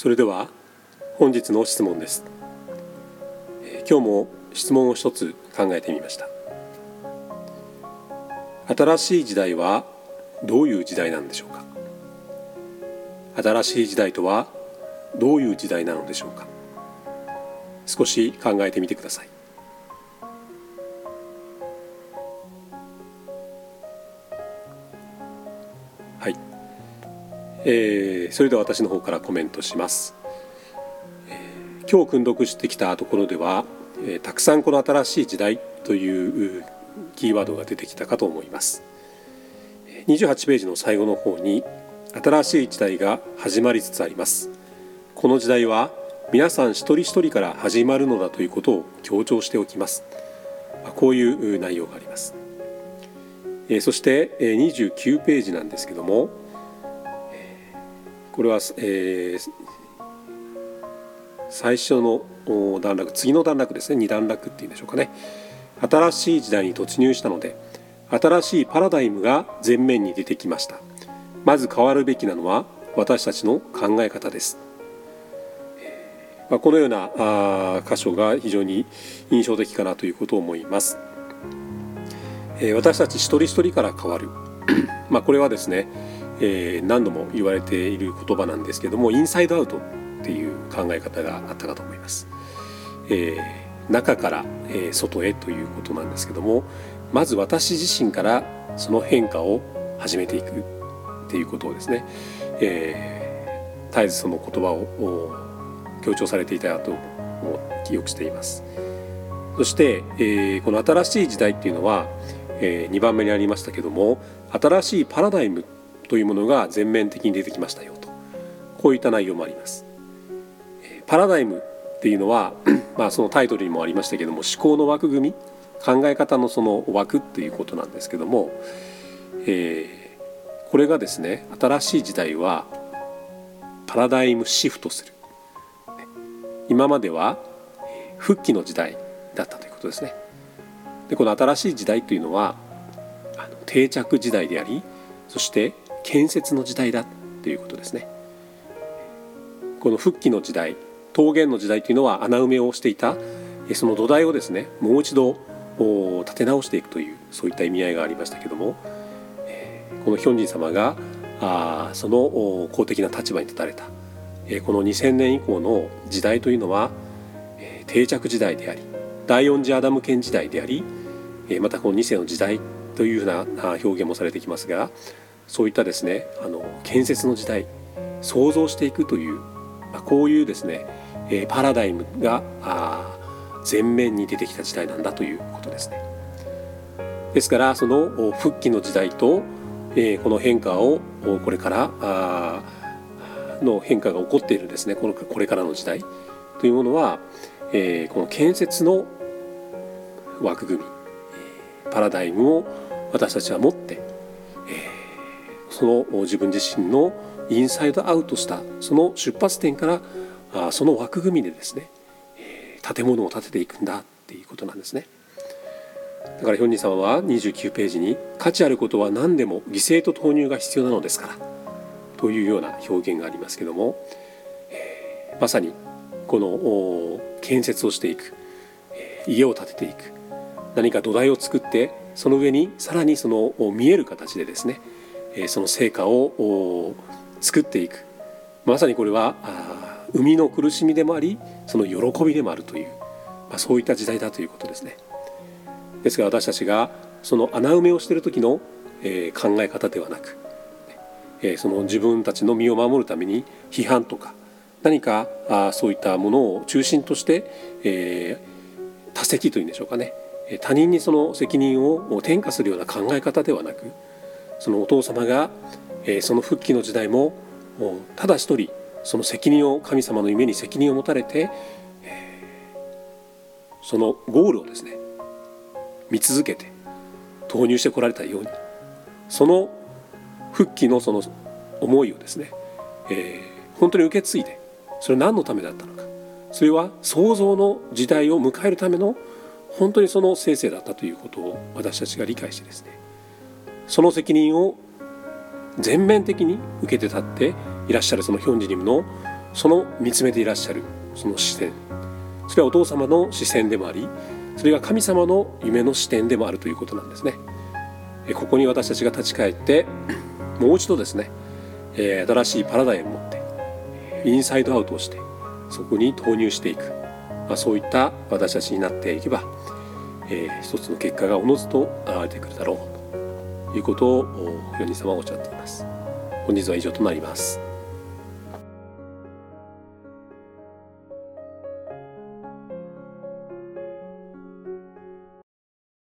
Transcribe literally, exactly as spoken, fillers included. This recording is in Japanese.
それでは本日の質問です。今日も質問を一つ考えてみました。新しい時代はどういう時代なんでしょうか。新しい時代とはどういう時代なのでしょうか。少し考えてみてください。はい、えー、それでは私の方からコメントします。えー、今日訓読してきたところでは、えー、たくさんこの新しい時代というキーワードが出てきたかと思います。にじゅうはちページの最後の方に新しい時代が始まりつつあります。この時代は皆さん一人一人から始まるのだということを強調しておきます。こういう内容があります。そしてにじゅうきゅうページなんですけども、これは、えー、最初の段落、次の段落ですね、に段落っていうんでしょうかね。新しい時代に突入したので新しいパラダイムが前面に出てきました。まず変わるべきなのは私たちの考え方です。このような箇所が非常に印象的かなということを思います。私たち一人一人から変わるまあこれはですね、何度も言われている言葉なんですけども、インサイドアウトっていう考え方があったかと思います。中から外へということなんですけども、まず私自身からその変化を始めていくっていうことをですね、えー、絶えずその言葉を強調されていたと記憶しています。そして、えー、この新しい時代っていうのは、えー、にばんめにありましたけども、新しいパラダイムというものが全面的に出てきましたよと、こういった内容もあります。パラダイムっていうのはまあそのタイトルにもありましたけども、思考の枠組み、考え方のその枠っていうことなんですけども、えー、これがですね、新しい時代はパラダイムシフトする。今までは復帰の時代だったということですね。でこの新しい時代というのはあの定着時代であり、そして建設の時代だということですね。この復帰の時代、桃源の時代というのは穴埋めをしていたその土台をですね、もう一度立て直していくという、そういった意味合いがありましたけども、このヒョンジン様があその公的な立場に立たれたこのにせんねん以降の時代というのは定着時代であり、第四次アダム圏時代であり、またこのに世の時代というふうな表現もされてきますが、そういったですね、あの建設の時代、創造していくという、こういうですねパラダイムが前面に出てきた時代なんだということですね。ですからその復帰の時代とこの変化をこれからの変化が起こっているですね、このこれからの時代というものは、えー、この建設の枠組み、パラダイムを私たちは持って、えー、その自分自身のインサイドアウトしたその出発点からあその枠組みでですね、えー、建物を建てていくんだっていうことなんですね。だからヒョンジン様はにじゅうきゅうページに、価値あることは何でも犠牲と投入が必要なのですからというような表現がありますけども、えー、まさにこの建設をしていく、家を建てていく、何か土台を作ってその上にさらにその見える形でですね、その成果を作っていく、まさにこれは生みの苦しみでもあり、その喜びでもあるという、まあ、そういった時代だということですね。ですから私たちがその穴埋めをしている時の考え方ではなく、その自分たちの身を守るために批判とか何かそういったものを中心として、えー、他責というんでしょうかね、他人にその責任を転嫁するような考え方ではなく、そのお父様がその復帰の時代もただ一人その責任を、神様の夢に責任を持たれて、そのゴールをですね見続けて投入してこられたように、その復帰のその思いをですね、えー、本当に受け継いで、それは何のためだったのか、それは創造の時代を迎えるための本当にその生成だったということを私たちが理解してですね、その責任を全面的に受けて立っていらっしゃるそのヒョンジニムのその見つめていらっしゃるその視点、それはお父様の視線でもあり、それが神様の夢の視点でもあるということなんですね。ここに私たちが立ち返ってもう一度ですね、新しいパラダイムを持ってインサイドアウトをしてそこに投入していく、まあ、そういった私たちになっていけば、えー、一つの結果がおのずと現れてくるだろうということをヨニ様はおっしゃっています。本日は以上となります。